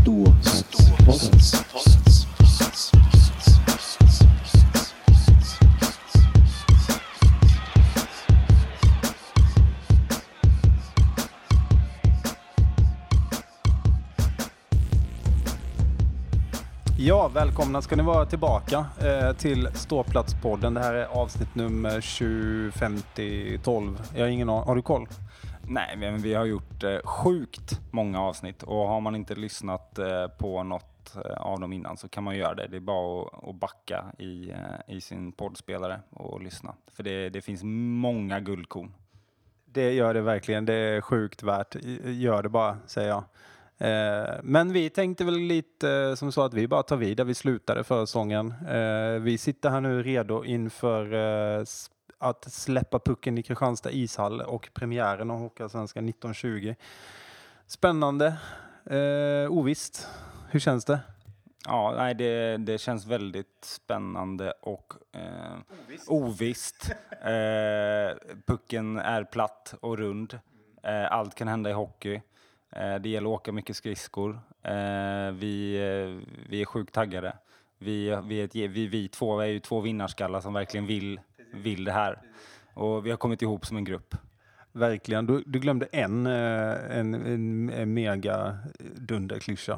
Ja, välkomna ska ni vara tillbaka till Ståplatspodden. Det här är avsnitt nummer 205012. Jag har ingen aning. Har du koll? Nej, men vi har gjort sjukt många avsnitt, och har man inte lyssnat på något av dem innan så kan man göra det. Det är bara att backa i sin poddspelare och lyssna. För det finns många guldkorn. Det gör det verkligen. Det är sjukt värt. Gör det bara, säger jag. Men vi tänkte väl lite som så att vi bara tar vid där vi slutade förra säsongen. Vi sitter här nu redo inför att släppa pucken i Kristianstad ishall och premiären av Hockeyallsvenskan 1920. Spännande. Ovisst. Hur känns det? Ja, nej, det känns väldigt spännande och ovisst. Pucken är platt och rund. Allt kan hända i hockey. Det gäller att åka mycket skridskor. Vi är sjukt taggade. Vi två är ju två vinnarskallar som verkligen vill det här. Och vi har kommit ihop som en grupp. Verkligen. Du glömde en mega dunderklyscha.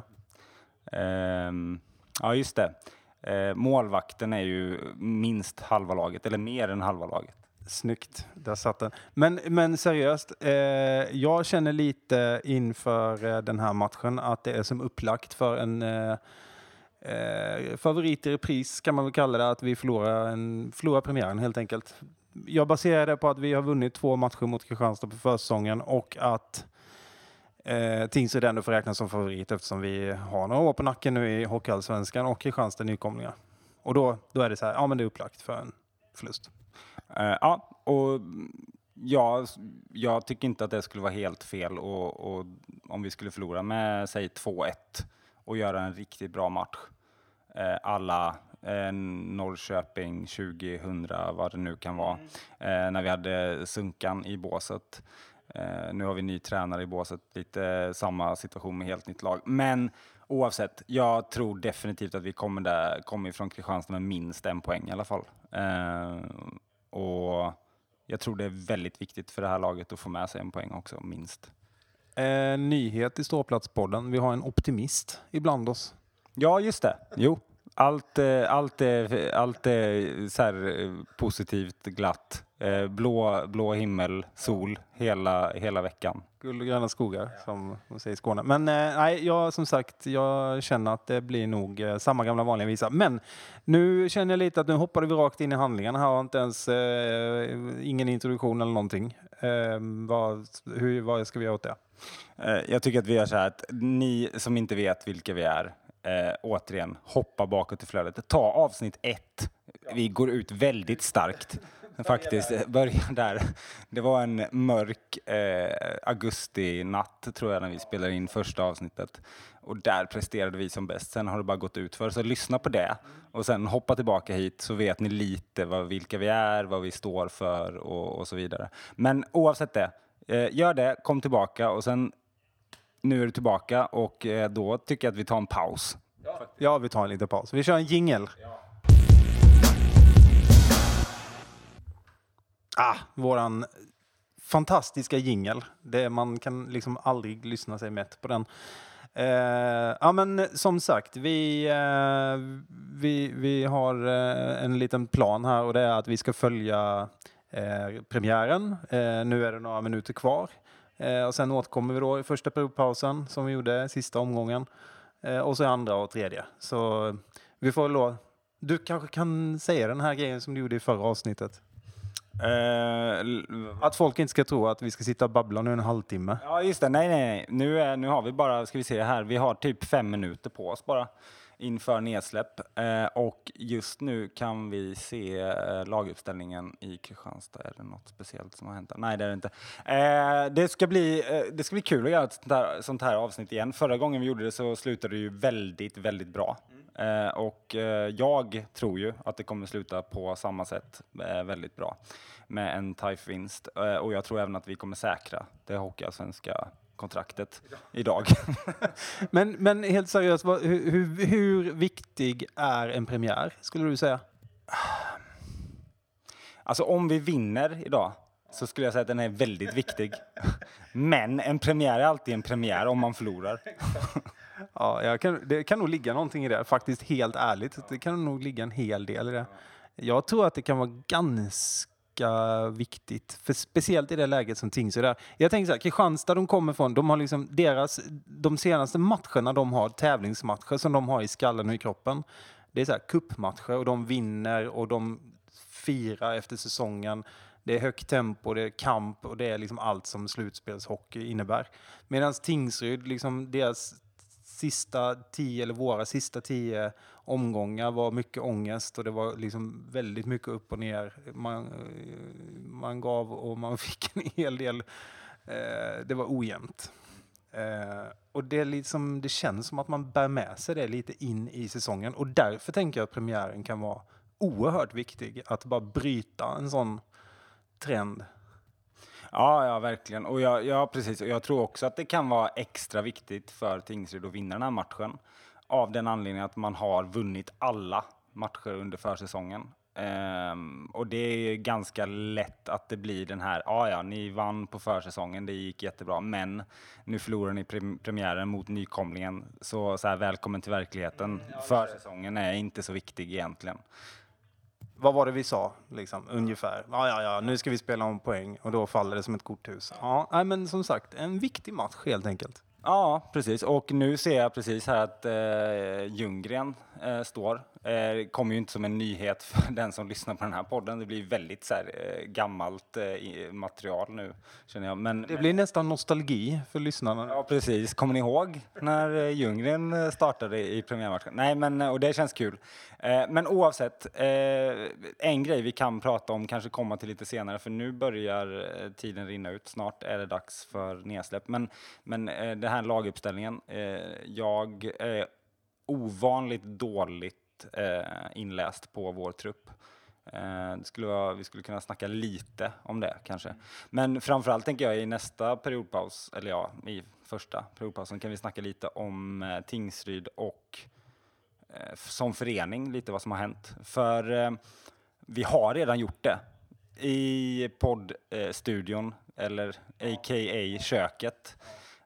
Ja, just det. Målvakten är ju minst halva laget, eller mer än halva laget. Snyggt, där satt den. Men seriöst, jag känner lite inför den här matchen att det är som upplagt för en favorit i repris, kan man väl kalla det, att vi förlorar premiären helt enkelt. Jag baserar det på att vi har vunnit 2 matcher mot Kristianstad på försäsongen och att Tingsryd ändå får räknas som favorit eftersom vi har några år på nacken nu i Hockeyallsvenskan och Kristianstad nykomlingar. Och då är det så här, ja men det är upplagt för en förlust. Ja, och jag tycker inte att det skulle vara helt fel och om vi skulle förlora med, säg 2-1 och göra en riktigt bra match. Alla Norrköping 2000, vad det nu kan vara, när vi hade Sunkan i båset. Nu har vi ny tränare i båset, lite samma situation med helt nytt lag. Men oavsett, jag tror definitivt att vi kommer ifrån Kristianstad med minst 1 poäng i alla fall. Och jag tror det är väldigt viktigt för det här laget att få med sig 1 poäng också, minst. Nyhet i Ståplatspodden. Vi har en optimist ibland oss. Ja, just det. Jo, allt är så här positivt, glatt. Blå himmel, sol hela veckan. Guld och gröna skogar, som de säger i Skåne. Men nej, jag känner att det blir nog samma gamla vanliga visa. Men nu känner jag lite att nu hoppade vi rakt in i handlingarna. Här har inte ens ingen introduktion eller någonting. Vad ska vi göra åt det? Jag tycker att vi gör så här att ni som inte vet vilka vi är, återigen, hoppa bakåt i flödet. Ta avsnitt 1. Vi går ut väldigt starkt. Faktiskt, börja där. Det var en mörk augusti-natt, tror jag, när vi spelade in första avsnittet. Och där presterade vi som bäst. Sen har det bara gått ut för. Så lyssna på det. Och sen hoppa tillbaka hit så vet ni lite vilka vi är, vad vi står för och så vidare. Men oavsett det, gör det, kom tillbaka och sen nu är du tillbaka och då tycker jag att vi tar en paus. Ja, vi tar en liten paus. Vi kör en jingle. Ja. Våran fantastiska jingle. Man kan liksom aldrig lyssna sig mätt på den. Ja, men som sagt, vi har en liten plan här och det är att vi ska följa premiären. Nu är det några minuter kvar. Och sen återkommer vi då i första provpausen som vi gjorde sista omgången. Och så andra och tredje. Så vi får då. Du kanske kan säga den här grejen som du gjorde i förra avsnittet. Att folk inte ska tro att vi ska sitta och babbla nu en halvtimme. Ja, just det. Nej. Nu har vi bara, ska vi se här, vi har typ 5 minuter på oss bara inför nedsläpp. Och just nu kan vi se laguppställningen i Kristianstad. Är det något speciellt som har hänt? Nej, det är det inte. Det ska bli kul att göra ett sånt här avsnitt igen. Förra gången vi gjorde det så slutade det ju väldigt, väldigt bra. Och jag tror ju att det kommer sluta på samma sätt väldigt bra med en TIFE-vinst. Och jag tror även att vi kommer säkra det hockeyallsvenska kontraktet idag. Men helt seriöst, hur viktig är en premiär, skulle du säga? Alltså om vi vinner idag så skulle jag säga att den är väldigt viktig. Men en premiär är alltid en premiär om man förlorar. Ja, det kan nog ligga någonting i det, faktiskt helt ärligt. Det kan nog ligga en hel del i det. Jag tror att det kan vara ganska viktigt, för speciellt i det läget som Tingsryd är. Jag tänker så här, Kristianstad de kommer från, de har liksom de senaste matcherna de har, tävlingsmatcher som de har i skallen och i kroppen. Det är så här cupmatcher och de vinner och de firar efter säsongen. Det är högt tempo, det är kamp och det är liksom allt som slutspelshockey innebär. Medan Tingsryd, liksom deras våra sista 10 omgångar var mycket ångest och det var liksom väldigt mycket upp och ner. Man gav och man fick en hel del. Det var ojämnt. Och det, liksom, det känns som att man bär med sig det lite in i säsongen. Och därför tänker jag att premiären kan vara oerhört viktig. Att bara bryta en sån trend. Ja, verkligen. Och precis. Och jag tror också att det kan vara extra viktigt för Tingsryd att vinna den här matchen. Av den anledningen att man har vunnit alla matcher under försäsongen. Och det är ganska lätt att det blir den här, ni vann på försäsongen, det gick jättebra, men nu förlorar ni premiären mot nykomlingen. Så här, välkommen till verkligheten. Försäsongen är inte så viktig egentligen. Vad var det vi sa, liksom, ungefär? Ja, nu ska vi spela om poäng och då faller det som ett korthus. Ja, men som sagt, en viktig match helt enkelt. Ja, precis. Och nu ser jag precis här att Ljunggren står. Kommer ju inte som en nyhet för den som lyssnar på den här podden. Det blir väldigt så här, gammalt material nu, känner jag. Men det blir nästan nostalgi för lyssnarna. Ja, precis. Kommer ni ihåg när Ljunggren startade i premiärmatchen? Nej, men och det känns kul. Men oavsett, en grej vi kan prata om, kanske komma till lite senare, för nu börjar tiden rinna ut. Snart är det dags för nedsläpp. Men den här laguppställningen, jag är ovanligt dåligt inläst på vår trupp. Vi skulle kunna snacka lite om det kanske. Men framförallt tänker jag i nästa periodpaus, eller ja, i första periodpausen kan vi snacka lite om Tingsryd och som förening, lite vad som har hänt. För vi har redan gjort det i poddstudion, eller a.k.a. köket.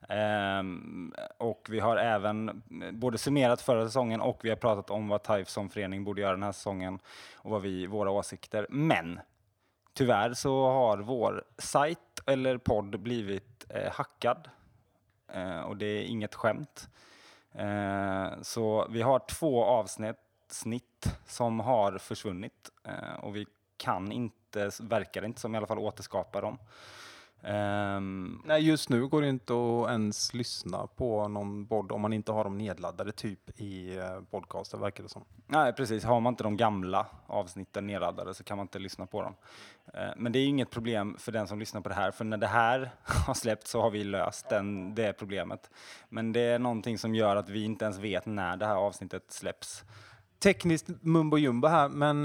Och vi har även både summerat förra säsongen och vi har pratat om vad TIFE som förening borde göra den här säsongen och våra åsikter. Men tyvärr så har vår sajt eller podd blivit hackad. Och det är inget skämt. Så vi har 2 avsnitt som har försvunnit. Och vi kan inte, verkar inte som i alla fall, återskapa dem. Nej, just nu går det inte att ens lyssna på någon podd om man inte har dem nedladdade typ i podcaster, verkar det som. Nej, precis. Har man inte de gamla avsnitten nedladdade så kan man inte lyssna på dem. Men det är inget problem för den som lyssnar på det här, för när det här har släppt så har vi löst det problemet. Men det är någonting som gör att vi inte ens vet när det här avsnittet släpps. Tekniskt mumbo jumbo här, men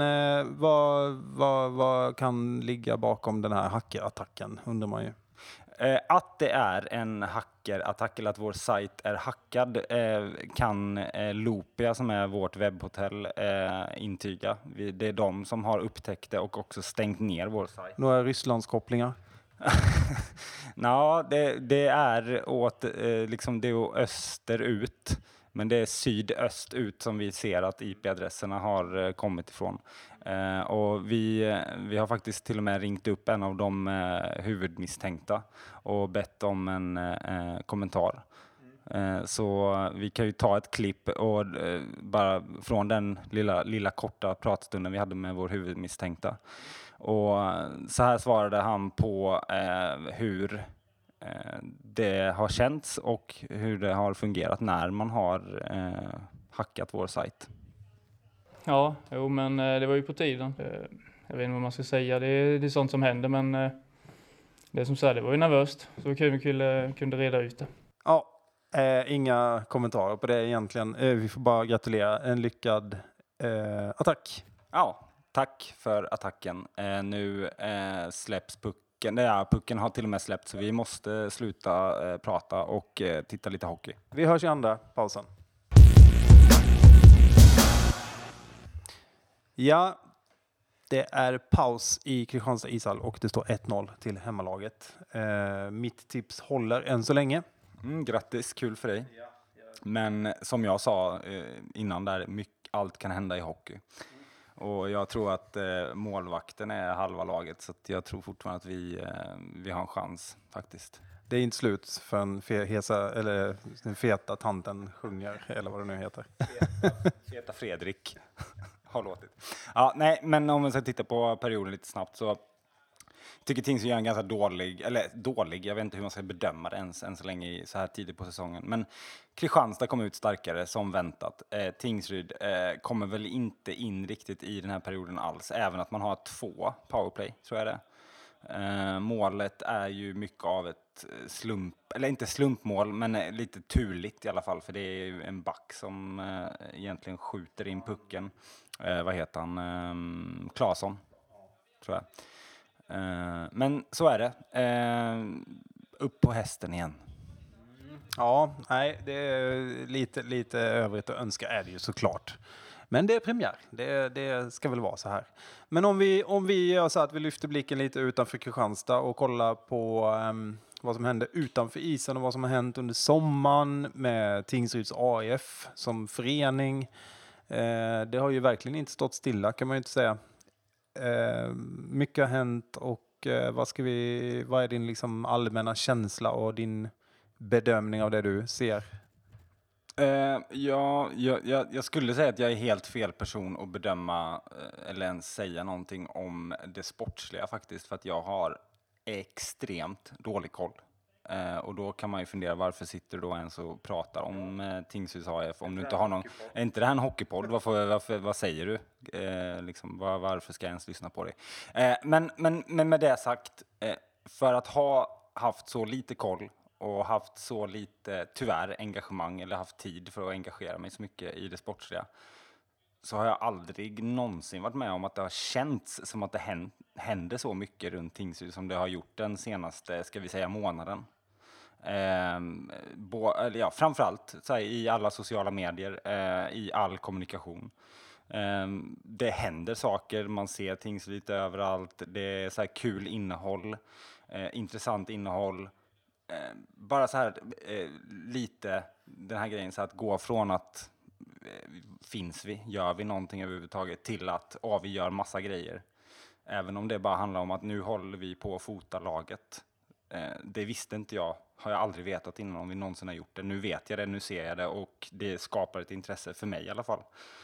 vad kan ligga bakom den här hackerattacken, undrar man ju. Att det är en hackerattack eller att vår sajt är hackad kan Loopia, som är vårt webbhotell, intyga. Det är de som har upptäckt det och också stängt ner vår sajt. Några Rysslandskopplingar? Ja, det är åt liksom det är österut. Men det är sydöst ut som vi ser att IP-adresserna har kommit ifrån. Och vi har faktiskt till och med ringt upp en av de huvudmisstänkta och bett om en kommentar. Så vi kan ju ta ett klipp och bara från den lilla korta pratstunden vi hade med vår huvudmisstänkta. Och så här svarade han på hur det har känts och hur det har fungerat när man har hackat vår sajt. Ja, men det var ju på tiden. Jag vet inte vad man ska säga. Det är sånt som händer, men det som sagt, det var ju nervöst. Så vi kunde reda ut det. Ja, inga kommentarer på det egentligen. Vi får bara gratulera. En lyckad attack. Ja, tack för attacken. Nu släpps pucken pucken har till och med släppt, så vi måste sluta prata och titta lite hockey. Vi hörs i andra pausen. Ja, det är paus i Kristianstad ishall och det står 1-0 till hemmalaget. Mitt tips håller än så länge. Grattis, kul för dig. Men som jag sa innan där, allt kan hända i hockey. Och jag tror att målvakten är halva laget, så att jag tror fortfarande att vi har en chans faktiskt. Det är inte slut för den feta tanten sjunger, eller vad det nu heter. Feta Fredrik har låtit. Ja, nej, men om vi ska titta på perioden lite snabbt så tycker Tingsryd gör en ganska dålig, jag vet inte hur man ska bedöma det än så länge så här tidigt på säsongen. Men Kristianstad kom ut starkare som väntat. Tingsryd kommer väl inte in riktigt i den här perioden alls, även att man har 2 powerplay, tror jag det. Målet är ju mycket av ett inte slumpmål, men lite turligt i alla fall, för det är ju en back som egentligen skjuter in pucken. Vad heter han? Claesson, tror jag. Men så är det. Upp på hästen igen. Ja, nej, det är lite övrigt att önska är det ju såklart. Men det är premiär. Det ska väl vara så här. Men om vi gör så att vi lyfter blicken lite utanför Kristianstad och kollar på vad som hände utanför isen och vad som har hänt under sommaren med Tingsryds AIF som förening. Det har ju verkligen inte stått stilla, kan man ju inte säga. Mycket har hänt och vad är din liksom allmänna känsla och din bedömning av det du ser? Jag skulle säga att jag är helt fel person att bedöma eller ens säga någonting om det sportsliga faktiskt, för att jag har extremt dålig koll. Och då kan man ju fundera, varför sitter du då ens och pratar om Tingsryds AIF om du inte har någon... Är inte det här en hockeypodd? Vad säger du? Varför ska jag ens lyssna på dig? Men med det sagt, för att ha haft så lite koll och haft så lite, tyvärr, engagemang eller haft tid för att engagera mig så mycket i det sportsliga, så har jag aldrig någonsin varit med om att det har känts som att det händer så mycket runt Tingsryd som det har gjort den senaste, ska vi säga, månaden. Framförallt så här, i alla sociala medier, i all kommunikation. Det händer saker, man ser Tingsryd lite överallt, det är så här kul innehåll, intressant innehåll. Bara så här lite den här grejen, så att gå från att gör vi någonting överhuvudtaget, till att vi gör massa grejer. Även om det bara handlar om att nu håller vi på att fota laget. Det visste inte jag, har jag aldrig vetat innan om vi någonsin har gjort det. Nu vet jag det, nu ser jag det, och det skapar ett intresse för mig i alla fall.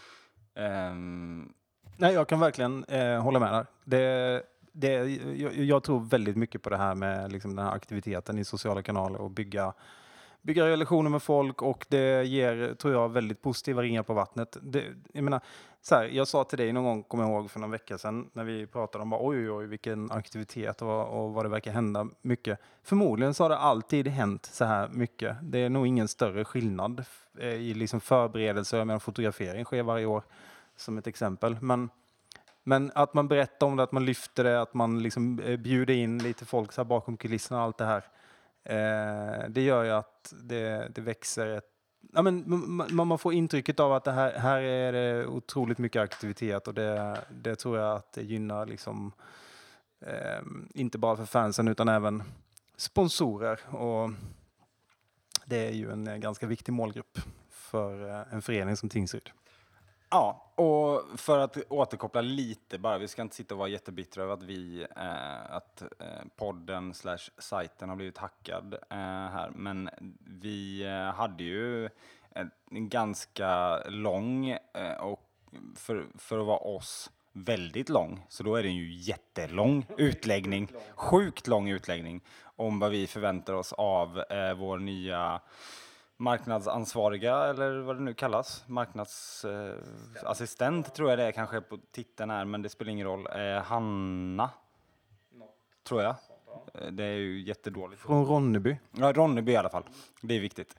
Nej, jag kan verkligen hålla med där. Jag tror väldigt mycket på det här med liksom den här aktiviteten i sociala kanaler och bygga relationer med folk, och det ger, tror jag, väldigt positiva ringar på vattnet. Jag menar, jag sa till dig någon gång, kommer jag ihåg, för någon vecka sedan när vi pratade om oj vilken aktivitet och vad det verkar hända mycket. Förmodligen så har det alltid hänt så här mycket. Det är nog ingen större skillnad i liksom förberedelser. Jag menar, fotografering sker varje år som ett exempel. Men att man berättar om det, att man lyfter det, att man liksom bjuder in lite folk så här bakom kulisserna och allt det här. Det gör ju att det växer man får intrycket av att det här är det otroligt mycket aktivitet, och det tror jag att det gynnar liksom, inte bara för fansen utan även sponsorer, och det är ju en ganska viktig målgrupp för en förening som Tingsryd. Ja, och för att återkoppla lite bara, vi ska inte sitta och vara jättebittra över att podden / sajten har blivit hackad här, men vi hade ju en ganska lång och för att vara oss väldigt lång, så då är det ju jättelång utläggning, sjukt lång utläggning om vad vi förväntar oss av vår nya marknadsansvariga, eller vad det nu kallas, marknadsassistent tror jag det är kanske på titeln här, men det spelar ingen roll. Hanna, tror jag. Det är ju jättedåligt. Från Ronneby. Ja, Ronneby i alla fall. Det är viktigt.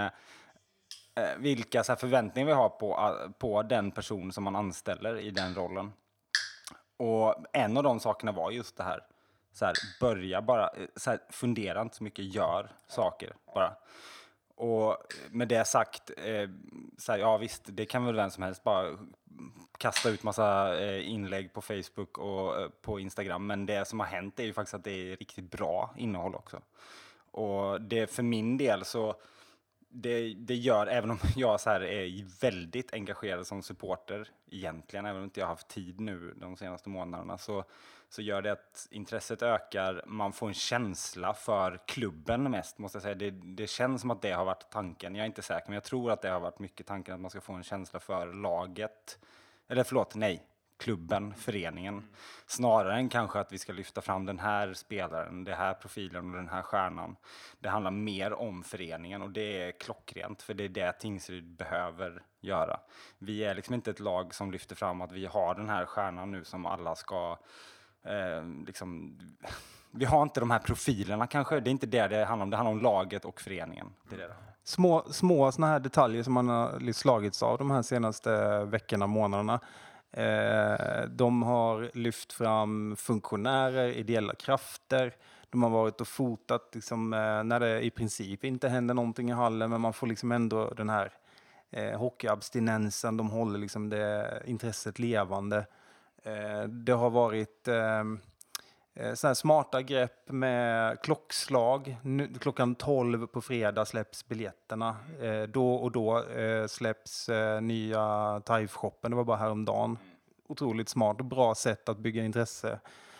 Vilka så här förväntningar vi har på den person som man anställer i den rollen. Och en av de sakerna var just det här. Så här, börja bara, så här, fundera inte så mycket, gör saker bara. Och med det sagt, så här, ja visst, det kan väl vem som helst bara kasta ut massa inlägg på Facebook och på Instagram. Men det som har hänt är ju faktiskt att det är riktigt bra innehåll också. Och det för min del så, det gör, även om jag så här är väldigt engagerad som supporter egentligen, även om inte jag har haft tid nu de senaste månaderna, så gör det att intresset ökar. Man får en känsla för klubben mest, måste jag säga. Det känns som att det har varit tanken. Jag är inte säker, men jag tror att det har varit mycket tanken att man ska få en känsla för laget. Eller förlåt, nej. Klubben, föreningen. Snarare än kanske att vi ska lyfta fram den här spelaren, den här profilen och den här stjärnan. Det handlar mer om föreningen och det är klockrent, för det är det Tingsryd behöver göra. Vi är liksom inte ett lag som lyfter fram att vi har den här stjärnan nu som alla ska liksom... Vi har inte de här profilerna kanske, det är inte det handlar om. Det handlar om laget och föreningen. Det är det. Små såna här detaljer som man har slagits av de här senaste veckorna, månaderna. De har lyft fram funktionärer, ideella krafter. De har varit och fotat liksom, när det i princip inte händer någonting i hallen, men man får liksom ändå den här hockeyabstinensen. De håller liksom det intresset levande. Det har varit så här smarta grepp med klockslag. Klockan 12 på fredag släpps biljetterna. Då och då släpps nya Taif-shoppen. Det var bara häromdagen. Otroligt smart och bra sätt att bygga intresse.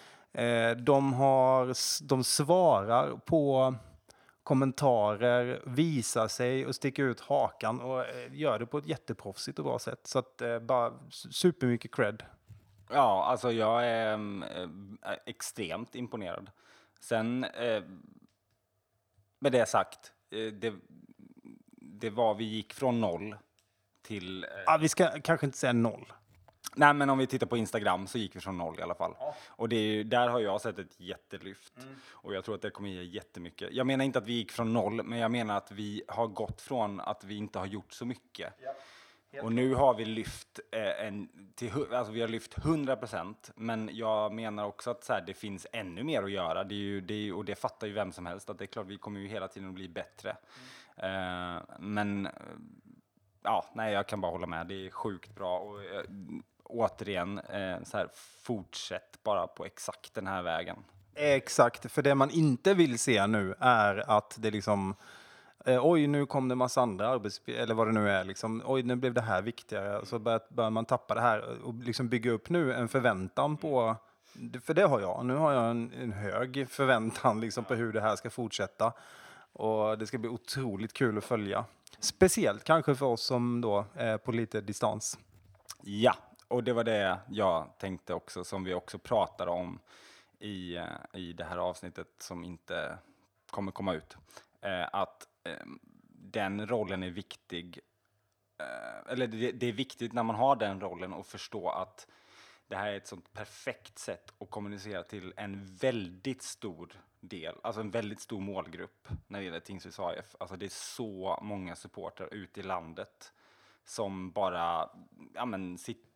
De svarar på kommentarer, visar sig och sticker ut hakan och gör det på ett jätteproffsigt och bra sätt. Så att bara supermycket cred. Ja, alltså jag är extremt imponerad. Sen, med det sagt, vi gick från 0 till... Ja, vi ska kanske inte säga 0. Nej, men om vi tittar på Instagram så gick vi från 0 i alla fall. Ja. Och där har jag sett ett jättelyft. Och jag tror att det kommer ge jättemycket. Jag menar inte att vi gick från 0, men jag menar att vi har gått från att vi inte har gjort så mycket. Ja. Och nu har vi lyft vi har lyft 100%, men jag menar också att så här, det finns ännu mer att göra. Och det fattar ju vem som helst, att det är klart vi kommer ju hela tiden att bli bättre. Men ja, nej, jag kan bara hålla med. Det är sjukt bra och återigen så här, fortsätt bara på exakt den här vägen. Exakt, för det man inte vill se nu är att det liksom oj, nu kom det massa andra eller vad det nu är. Liksom, oj, nu blev det här viktigare. Så börjar man tappa det här och liksom bygga upp nu en förväntan på... För det har jag. Nu har jag en hög förväntan liksom, på hur det här ska fortsätta. Och det ska bli otroligt kul att följa. Speciellt kanske för oss som då är på lite distans. Ja, och det var det jag tänkte också, som vi också pratade om i det här avsnittet som inte kommer komma ut. Att den rollen är viktig, eller det är viktigt när man har den rollen att förstå att det här är ett sånt perfekt sätt att kommunicera till en väldigt stor del, alltså en väldigt stor målgrupp när det gäller Tingsryds AIF. Alltså det är så många supportrar ute i landet som bara, ja men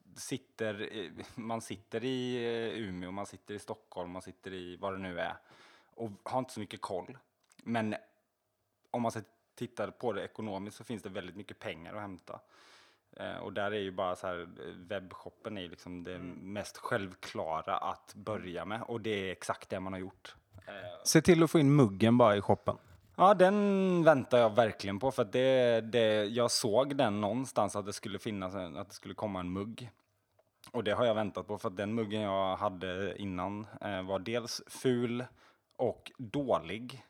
man sitter i Umeå, man sitter i Stockholm, man sitter i vad det nu är och har inte så mycket koll. Men om man tittar på det ekonomiskt så finns det väldigt mycket pengar att hämta. Och där är ju bara så här, webbshoppen är liksom det mest självklara att börja med. Och det är exakt det man har gjort. Se till att få in muggen bara i shoppen. Ja, den väntar jag verkligen på. För att jag såg den någonstans att det skulle att det skulle komma en mugg. Och det har jag väntat på, för att den muggen jag hade innan var dels ful och dålig.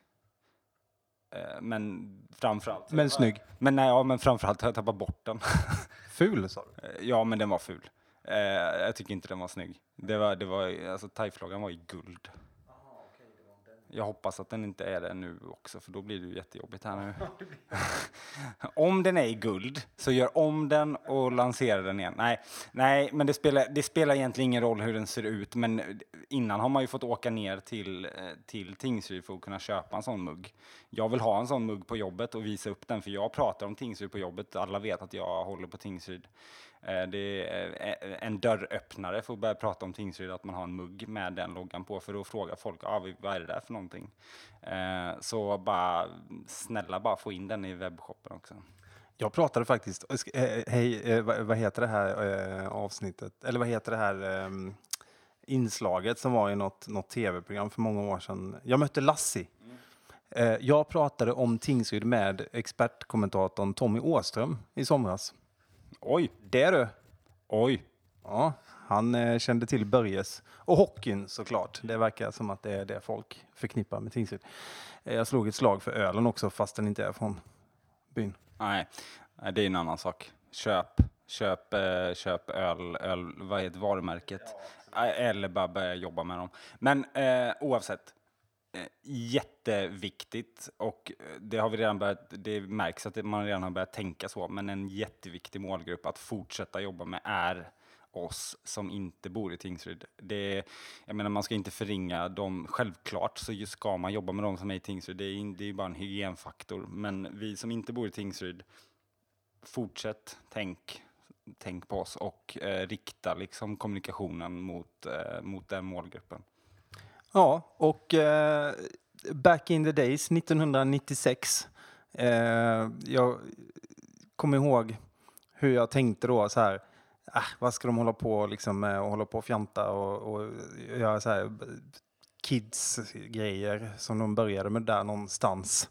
Men framförallt... Men snygg. Men framförallt har jag tappat bort den. Ful, sa du? Ja, men den var ful. Jag tycker inte den var snygg. Alltså Taif-flaggan var i guld. Jag hoppas att den inte är det nu också, för då blir det ju jättejobbigt här nu. Om den är i guld, så gör om den och lansera den igen. Nej, men det spelar egentligen ingen roll hur den ser ut. Men innan har man ju fått åka ner till Tingsryd för att kunna köpa en sån mugg. Jag vill ha en sån mugg på jobbet och visa upp den, för jag pratar om Tingsryd på jobbet. Alla vet att jag håller på Tingsryd. Det är en dörröppnare för att börja prata om Tingsryd, att man har en mugg med den loggan på, för då frågar folk vad är det där för någonting. Så snälla få in den i webbshoppen också. Jag pratade faktiskt, vad heter det här avsnittet, eller vad heter det här inslaget som var i något tv-program för många år sedan. Jag mötte Lassie. Jag pratade om Tingsryd med expertkommentatorn Tommy Åström i somras. Oj! Det du. Oj! Ja, han kände till Börjes. Och hockeyn såklart. Det verkar som att det är det folk förknippar med Tingsryd. Jag slog ett slag för ölen också, fast den inte är från byn. Nej, det är en annan sak. Köp öl, vad heter varumärket? Eller bara börja jobba med dem. Men oavsett, jätteviktigt, och det har vi redan börjat, det märks att man redan har börjat tänka så, men en jätteviktig målgrupp att fortsätta jobba med är oss som inte bor i Tingsryd. Jag menar, man ska inte förringa dem, självklart så just ska man jobba med dem som är i Tingsryd, det är ju bara en hygienfaktor, men vi som inte bor i Tingsryd, fortsätt tänk på oss och rikta liksom kommunikationen mot den målgruppen. Ja, och back in the days, 1996, jag kommer ihåg hur jag tänkte då så här, vad ska de hålla på liksom med och hålla på och fjanta och göra så här kids-grejer som de började med där någonstans.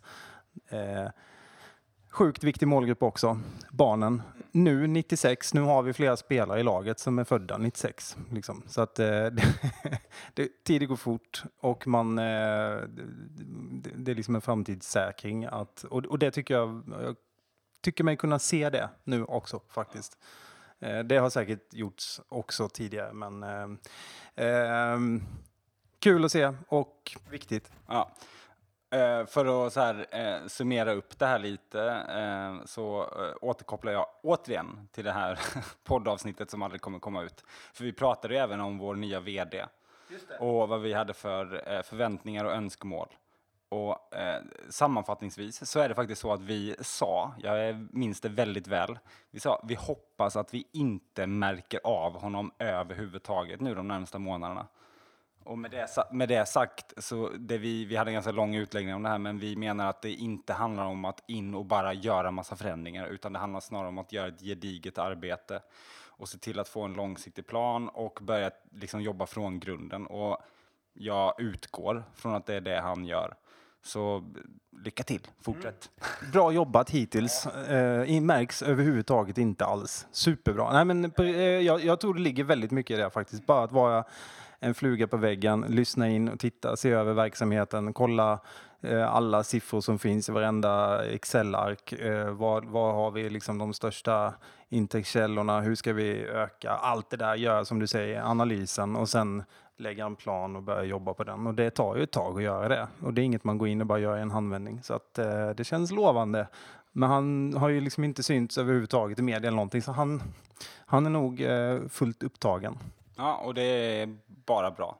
Sjukt viktig målgrupp också, barnen. Nu 96, nu har vi flera spelare i laget som är födda 96. Liksom. Så att tiden går fort och det är liksom en framtidssäkring. Och det tycker jag tycker mig kunna se det nu också faktiskt. Det har säkert gjorts också tidigare, men kul att se och viktigt. Ja. För att så här, summera upp det här lite så återkopplar jag återigen till det här poddavsnittet som aldrig kommer komma ut. För vi pratade ju även om vår nya vd och vad vi hade för förväntningar och önskemål. Och sammanfattningsvis så är det faktiskt så att vi sa, jag minns det väldigt väl, vi hoppas att vi inte märker av honom överhuvudtaget nu de närmsta månaderna. Och med det sagt, så vi hade en ganska lång utläggning om det här, men vi menar att det inte handlar om att in och bara göra massa förändringar, utan det handlar snarare om att göra ett gediget arbete och se till att få en långsiktig plan och börja liksom jobba från grunden. Och jag utgår från att det är det han gör. Så lycka till, fortsätt. Bra jobbat hittills. Märks överhuvudtaget inte alls. Superbra. Nej, men jag tror det ligger väldigt mycket i det faktiskt. Bara att vara en fluga på väggen, lyssna in och titta, se över verksamheten, kolla alla siffror som finns i varenda Excel-ark. Var har vi liksom de största intäktskällorna? Hur ska vi öka? Allt det där, gör som du säger, analysen och sen lägga en plan och börja jobba på den. Och det tar ju ett tag att göra det. Och det är inget man går in och bara gör i en handvändning. Så att det känns lovande. Men han har ju liksom inte synts överhuvudtaget i media eller någonting. Så han är nog fullt upptagen. Ja, och det är bara bra.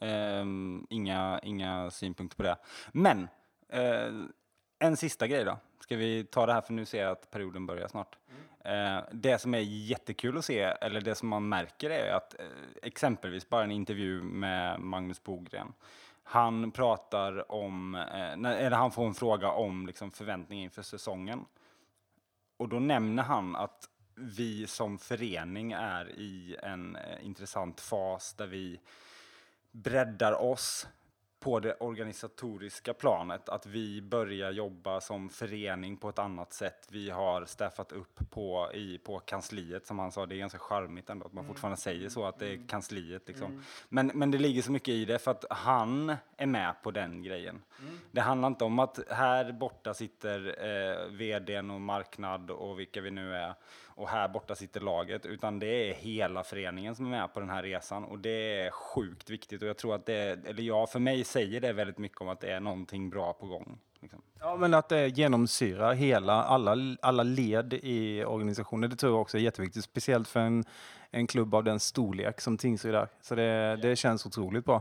Inga synpunkter på det. Men en sista grej då. Ska vi ta det här, för nu ser jag att perioden börjar snart. Det som är jättekul att se, eller det som man märker, är att exempelvis bara en intervju med Magnus Bogren. Han pratar om, eller han får en fråga om liksom förväntningar inför säsongen. Och då nämner han att vi som förening är i en intressant fas där vi breddar oss på det organisatoriska planet, att vi börjar jobba som förening på ett annat sätt. Vi har staffat upp på kansliet, som han sa. Det är ganska charmigt ändå att man fortfarande säger så, att det är kansliet liksom. Men det ligger så mycket i det, för att han är med på den grejen. Det handlar inte om att här borta sitter vdn och marknad och vilka vi nu är, och här borta sitter laget, utan det är hela föreningen som är med på den här resan, och det är sjukt viktigt. Och jag tror att för mig säger det väldigt mycket om att det är någonting bra på gång. Liksom. Ja, men att det genomsyrar alla led i organisationen, det tror jag också är jätteviktigt. Speciellt för en klubb av den storlek som Tingsryd är. Så det känns otroligt bra.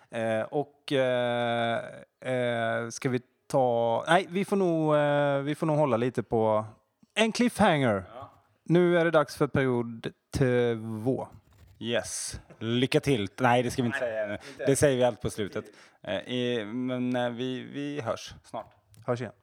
Ska vi ta... Nej, vi får nog hålla lite på en cliffhanger. Ja. Nu är det dags för period 2. Yes. Lycka till. Nej, det ska vi inte säga nu. Det säger vi allt på slutet. Men vi hörs snart. Hörs igen.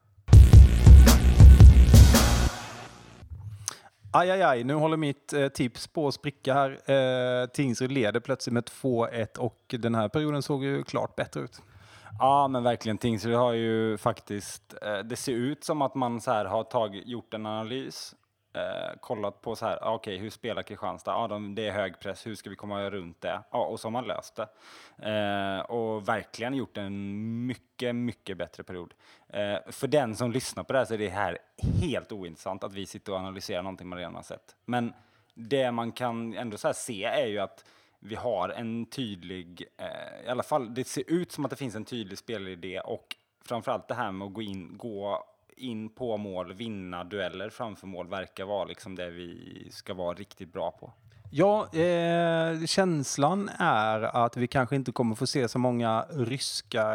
Aj, nu håller mitt tips på att spricka här. Tingsryd leder plötsligt med 2-1 och den här perioden såg ju klart bättre ut. Ja, men verkligen. Tingsryd har ju faktiskt... det ser ut som att man så här har gjort en analys. Kollat på så här, okej, hur spelar Kristianstad? Ja, det är hög press, hur ska vi komma runt det? Ja, och så har man löst det. Och verkligen gjort en mycket, mycket bättre period. För den som lyssnar på det här så är det här helt ointressant att vi sitter och analyserar någonting man redan har sett. Men det man kan ändå så här se är ju att vi har en tydlig, i alla fall det ser ut som att det finns en tydlig spelidé och framförallt det här med att gå in på mål, vinna dueller framför mål verkar vara liksom det vi ska vara riktigt bra på. Ja, känslan är att vi kanske inte kommer få se så många ryska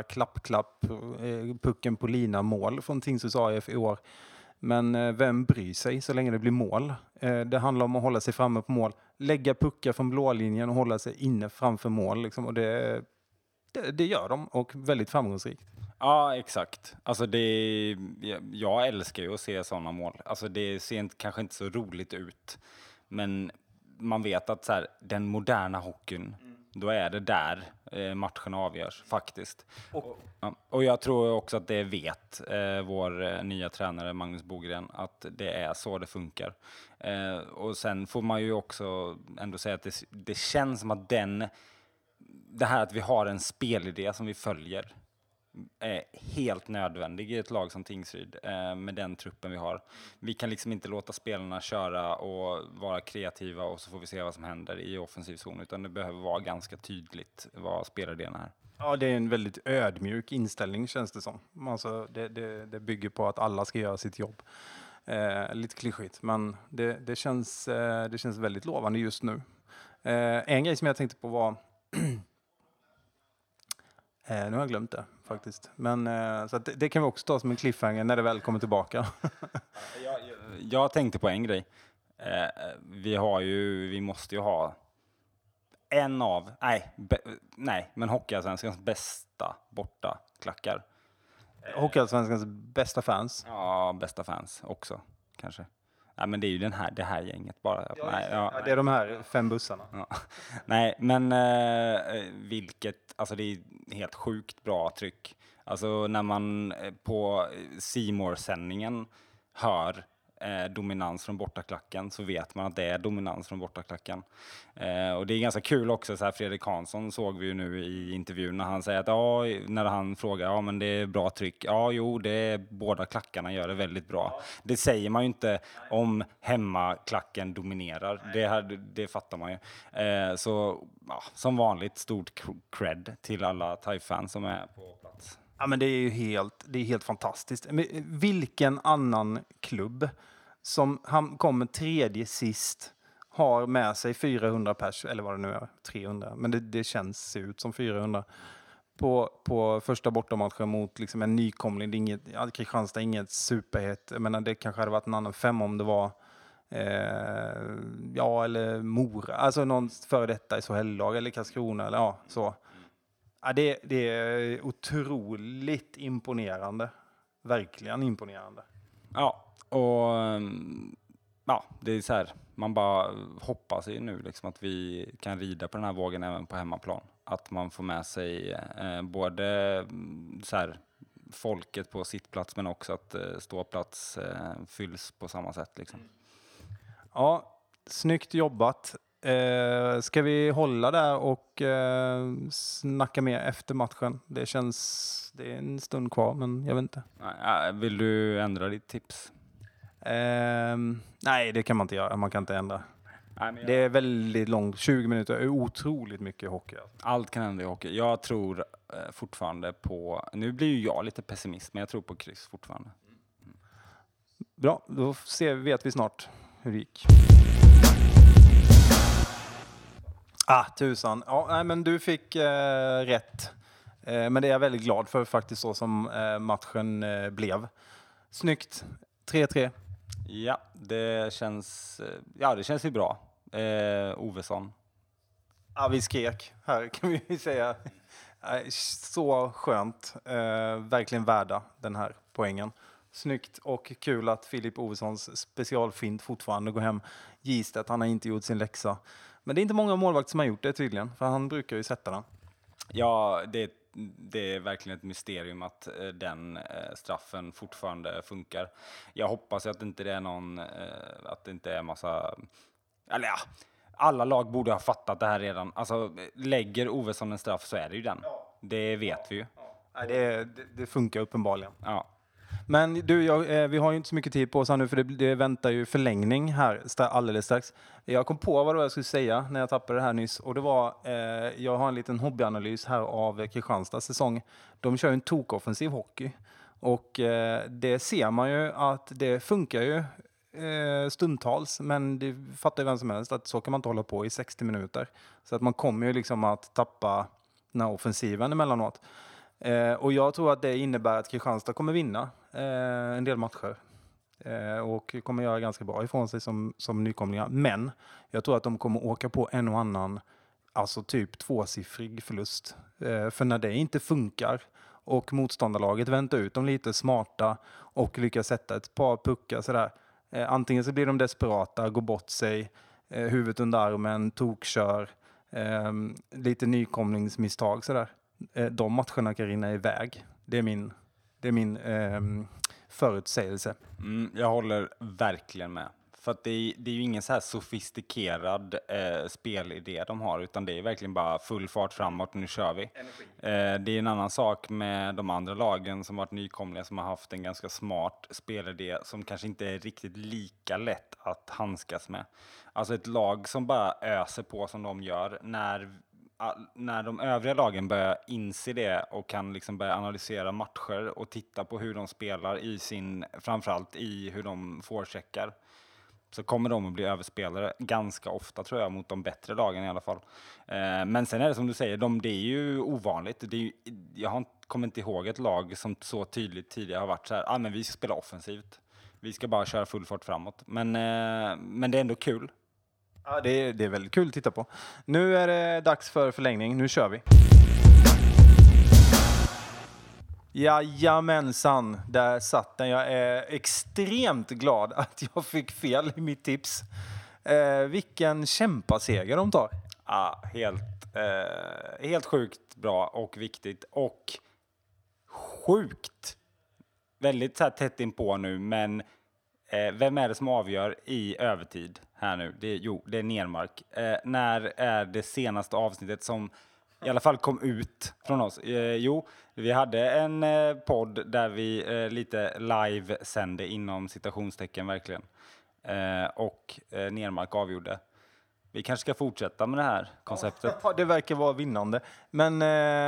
pucken på lina mål från Tingsryds AIF i år. Men vem bryr sig så länge det blir mål? Det handlar om att hålla sig framme på mål, lägga puckar från blålinjen och hålla sig inne framför mål. Liksom. Och det gör de och väldigt framgångsrikt. Ja, exakt. Alltså jag älskar ju att se sådana mål. Alltså det ser kanske inte så roligt ut, men man vet att så här, den moderna hockeyn, då är det där matcherna avgörs faktiskt. Och jag tror också att det vet vår nya tränare Magnus Bogren, att det är så det funkar. Och sen får man ju också ändå säga att det känns som att det här att vi har en spelidé som vi följer är helt nödvändig i ett lag som Tingsryd med den truppen vi har. Vi kan liksom inte låta spelarna köra och vara kreativa och så får vi se vad som händer i offensiv zon, utan det behöver vara ganska tydligt vad spelardén är. Ja, det är en väldigt ödmjuk inställning känns det som. Alltså, det bygger på att alla ska göra sitt jobb. Lite klyschigt, men det känns väldigt lovande just nu. En grej som jag tänkte på var nu har jag glömt det faktiskt. Men så att det kan vi också ta som en cliffhanger när det väl kommer tillbaka. Jag tänkte på en grej. Vi måste ju ha men Hockeyallsvenskans bästa bortaklackar. Hockeyallsvenskans bästa fans. Ja, bästa fans också kanske. Nej, men det är ju det här gänget bara. Det är de här 5 bussarna. Ja. Nej, men alltså det är helt sjukt bra tryck. Alltså när man på C-more-sändningen hör dominans från bortaklacken så vet man att det är dominans från bortaklacken. Och det är ganska kul också, så här Fredrik Hansson såg vi ju nu i intervjun när han säger att när han frågar, men det är bra tryck. Ja, jo, det är båda klackarna gör det väldigt bra. Det säger man ju inte om hemmaklacken dominerar. Det fattar man ju. Så som vanligt, stort cred till alla TIE-fans som är på plats. Ja, men det är ju helt fantastiskt. Men vilken annan klubb som kommer tredje sist har med sig 400 pers, eller vad det nu är, 300, men det ser ut som 400 på första bortamatchen mot liksom en nykomling. Kristianstad är inget superhet. Jag menar, det kanske hade varit en annan 5 om det var eller Mora, alltså någon före detta i SHL-lag eller Karlskrona eller så. Ja, det är otroligt imponerande. Verkligen imponerande. Ja, och det är så här, man bara hoppas ju nu liksom att vi kan rida på den här vågen även på hemmaplan. Att man får med sig både så här, folket på sitt plats, men också att ståplats fylls på samma sätt liksom. Ja, snyggt jobbat. Ska vi hålla där och snacka mer efter matchen? Det är en stund kvar, men jag vet inte. Vill du ändra ditt tips? Nej, det kan man inte göra. Man kan inte ändra. Det är väldigt långt. 20 minuter är otroligt mycket hockey. Allt kan hända i hockey. Jag tror fortfarande på... Nu blir ju jag lite pessimist, men jag tror på kryss fortfarande. Bra, då vet vi snart hur det gick. Tusan. Ja, nej, men du fick rätt. Men det är jag väldigt glad för faktiskt, så som matchen blev. Snyggt. 3-3. Ja, det känns ju bra. Ovesson. Ja, vi skrek här kan vi säga. Så skönt. Verkligen värda den här poängen. Snyggt och kul att Filip Ovessons specialfint fortfarande går hem. Gistet, han har inte gjort sin läxa. Men det är inte många målvakter som har gjort det tydligen. För han brukar ju sätta den. Ja, det är verkligen ett mysterium att den straffen fortfarande funkar. Jag hoppas att inte det är att det inte är massa... Eller ja, alla lag borde ha fattat det här redan. Alltså, lägger Ovesson en straff så är det ju den. Det vet vi ju. Det funkar uppenbarligen. Ja. Men du, vi har ju inte så mycket tid på oss här nu för det väntar ju förlängning här alldeles strax. Jag kom på vad jag skulle säga när jag tappade det här nyss och det var, jag har en liten hobbyanalys här av Kristianstads säsong. De kör ju en tokoffensiv hockey och det ser man ju att det funkar ju stundtals, men det fattar ju vem som helst att så kan man inte hålla på i 60 minuter. Så att man kommer ju liksom att tappa den här offensiven emellanåt. Och jag tror att det innebär att Kristianstad kommer vinna en del matcher. Och kommer göra ganska bra ifrån sig som nykomlingar. Men jag tror att de kommer åka på en och annan, alltså typ 2-siffrig förlust. För när det inte funkar och motståndarlaget väntar ut dem lite smarta och lyckas sätta ett par puckar sådär. Antingen så blir de desperata, går bort sig, huvudet under armen, tokkör, lite nykomlingsmisstag sådär. De matcherna kan rinna iväg. Det är min förutsägelse. Jag håller verkgen med. För att det är ju ingen så här sofistikerad spelidé de har, utan det är verkligen bara full fart framåt, nu kör vi. Det är en annan sak med de andra lagen som varit nykomliga, som har haft en ganska smart spelidé som kanske inte är riktigt lika lätt att handskas med. Alltså ett lag som bara öser på som de gör, när de övriga lagen börjar inse det och kan liksom börja analysera matcher och titta på hur de spelar framförallt i hur de forecheckar, så kommer de att bli överspelare ganska ofta, tror jag, mot de bättre lagen i alla fall. Men sen är det som du säger, det är ju ovanligt. Jag kommer inte ihåg ett lag som så tydligt tidigare har varit så här, men vi ska spela offensivt. Vi ska bara köra full fart framåt. Men det är ändå kul. Ja, det är väldigt kul att titta på. Nu är det dags för förlängning. Nu kör vi. Jajamensan, där satt den. Jag är extremt glad att jag fick fel i mitt tips. Vilken kämpaseger de tar. Ja, helt sjukt bra och viktigt. Och sjukt. Väldigt så här tätt inpå nu, men vem är det som avgör i övertid här nu? Det är Nermark. När är det senaste avsnittet som i alla fall kom ut från oss? Vi hade en podd där vi lite live sände inom citationstecken verkligen. Och Nermark avgjorde. Vi kanske ska fortsätta med det här konceptet. Ja, det verkar vara vinnande. Men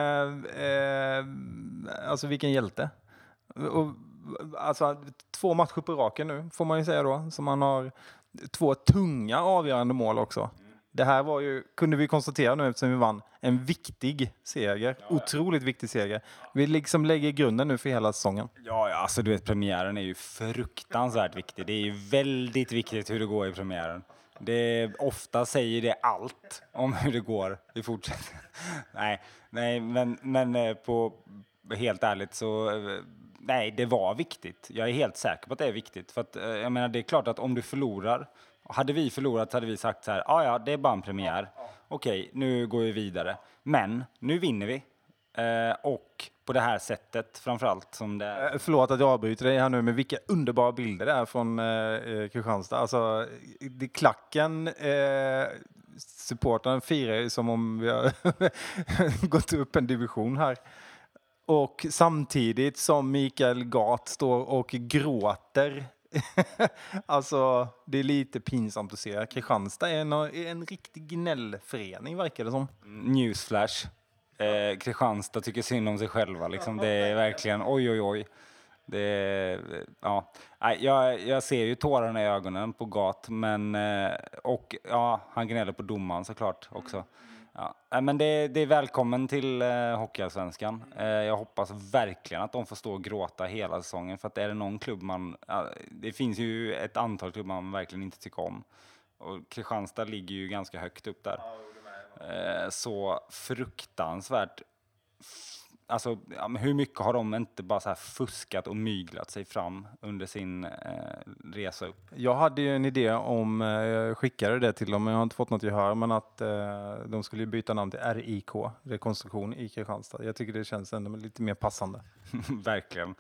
alltså vilken hjälte. Alltså 2 matcher på raken nu, får man ju säga då. Så man har 2 tunga avgörande mål också. Det här var ju, kunde vi konstatera nu eftersom vi vann, en viktig seger. Otroligt viktig seger. Vi liksom lägger grunden nu för hela säsongen. Ja, alltså du vet, premiären är ju fruktansvärt viktig. Det är ju väldigt viktigt hur det går i premiären. Ofta säger det allt om hur det går i fortsättningen. Nej, men på helt ärligt så... Nej, det var viktigt. Jag är helt säker på att det är viktigt. För att, jag menar, det är klart att om du förlorar... Hade vi förlorat så hade vi sagt så här, ja, det är bara en premiär. Okej, nu går vi vidare. Men nu vinner vi. Och på det här sättet framförallt som det... Förlåt att jag avbryter dig här nu, men vilka underbara bilder det är från Kristianstad. Alltså, det klacken... supportaren firar ju som om vi har gått upp en division här. Och samtidigt som Mikael Gart står och gråter. Alltså, det är lite pinsamt att se. Kristianstad är en riktig gnällförening, verkar det som. Newsflash. Kristianstad tycker synd om sig själva. Liksom. Det är verkligen, oj. Jag ser ju tårarna i ögonen på Gart, men och ja, han gnäller på domaren såklart också. Ja, men det är välkommen till Hockeyallsvenskan. Jag hoppas verkligen att de får stå och gråta hela säsongen, för att är det någon klubb det finns ju ett antal klubbar man verkligen inte tycker om. Och Kristianstad ligger ju ganska högt upp där. Så fruktansvärt. Alltså, hur mycket har de inte bara så här fuskat och myglat sig fram under sin resa upp? Jag hade ju en idé om, jag skickade det till dem, men jag har inte fått något gehör, men att de skulle byta namn till RIK, rekonstruktion i Kristianstad. Jag tycker det känns ändå lite mer passande. Verkligen.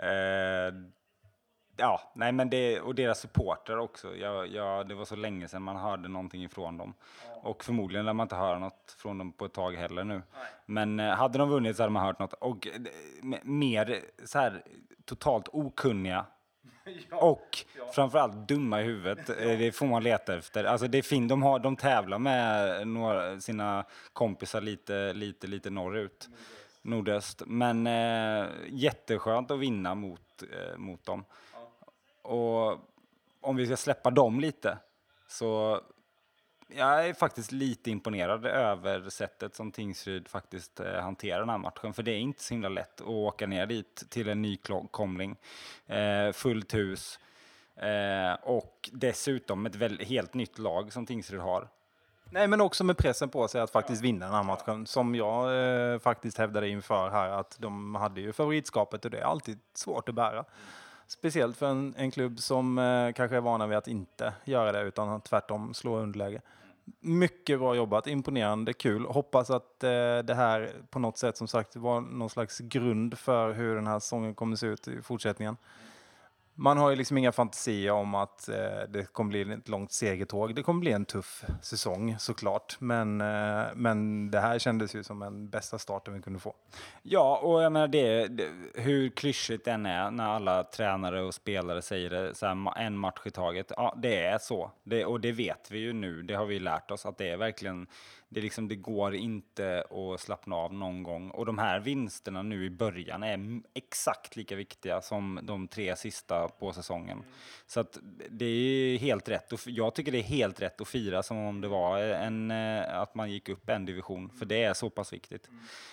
Ja, nej, men och deras supporter också. Det var så länge sedan man hörde någonting ifrån dem. Och förmodligen lär man inte höra något från dem på ett tag heller nu. Men hade de vunnit så hade man hört något. Och mer så här totalt okunniga. Och framförallt dumma i huvudet. Det får man leta efter. Alltså det är fint. De tävlar med sina kompisar lite norrut. Nordöst. Men jätteskönt att vinna mot dem. Och om vi ska släppa dem lite, så jag är faktiskt lite imponerad över sättet som Tingsryd faktiskt hanterar den här matchen. För det är inte så himla lätt att åka ner dit till en nykomling, fullt hus och dessutom ett helt nytt lag som Tingsryd har. Nej, men också med pressen på sig att faktiskt vinna den här matchen. Som jag faktiskt hävdade inför här, att de hade ju favoritskapet och det är alltid svårt att bära. Speciellt för en klubb som kanske är vana vid att inte göra det utan tvärtom slå underläge. Mycket bra jobbat, imponerande, kul. Hoppas att det här på något sätt som sagt var någon slags grund för hur den här säsongen kommer se ut i fortsättningen. Man har ju liksom inga fantasier om att det kommer bli ett långt segertåg. Det kommer bli en tuff säsong såklart. Men det här kändes ju som den bästa starten vi kunde få. Ja, och jag menar hur klyschigt den är när alla tränare och spelare säger det så här, en match i taget. Ja, det är så. Och det vet vi ju nu. Det har vi lärt oss att det är verkligen... Det går inte att slappna av någon gång. Och de här vinsterna nu i början är exakt lika viktiga som de 3 sista på säsongen. Så att det är helt rätt. Och jag tycker det är helt rätt att fira som om det var att man gick upp en division. För det är så pass viktigt.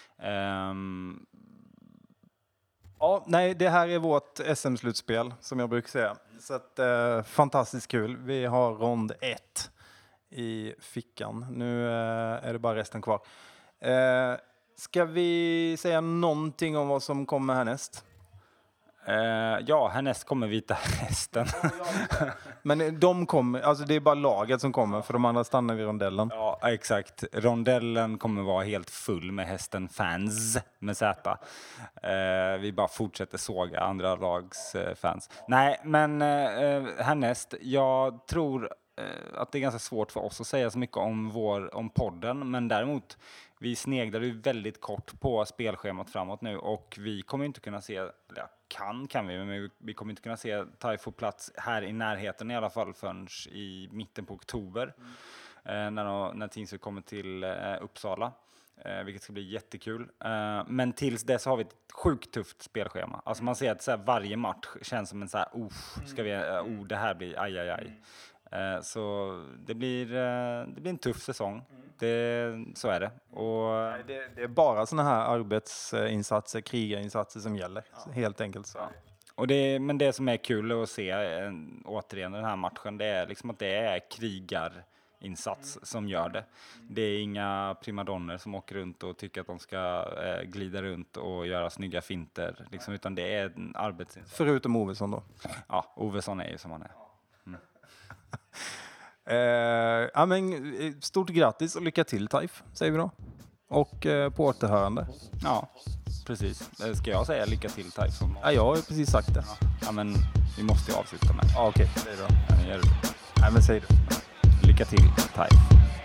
Ja, nej, det här är vårt SM-slutspel som jag brukar säga. Så att, fantastiskt kul. Vi har rond 1 i fickan. Nu är det bara resten kvar. Ska vi säga någonting om vad som kommer härnäst? Ja, härnäst kommer Vita Hästen. Men de kommer, alltså det är bara laget som kommer, för de andra stannar vid rondellen. Ja, exakt. Rondellen kommer vara helt full med Hästen-fans med Z. Vi bara fortsätter såga andra lags fans. Nej, men härnäst, jag tror att det är ganska svårt för oss att säga så mycket om podden, men däremot vi sneglade ju väldigt kort på spelschemat framåt nu och vi kommer inte kunna se, kan vi, men vi kommer inte kunna se TIFO plats här i närheten i alla fall förrän i mitten på oktober när Tingsryd kommer till Uppsala, vilket ska bli jättekul. Men tills dess har vi ett sjukt tufft spelschema. Alltså man ser att så här, varje match känns som en så här, det här blir aj. Så det blir en tuff säsong. Så är det. Och det är bara såna här arbetsinsatser, krigarinsatser som gäller. Helt enkelt så. Och men det som är kul att se återigen den här matchen, det är liksom att det är krigarinsats som gör det. Det är inga primadonner som åker runt och tycker att de ska glida runt och göra snygga finter, liksom, utan det är en arbetsinsats. Förutom Ovesson då? Ja, Ovesson är ju som han är. Men stort grattis och lycka till TIFO, säger vi då. Och på återhörande. Ja, precis. Ska jag säga lycka till TIFO? Ja, jag har ju precis sagt det. Ja, men vi måste ju avsluta med. Ja, okej. Säg då. Ja, gör det. Nej, men säg det. Lycka till TIFO.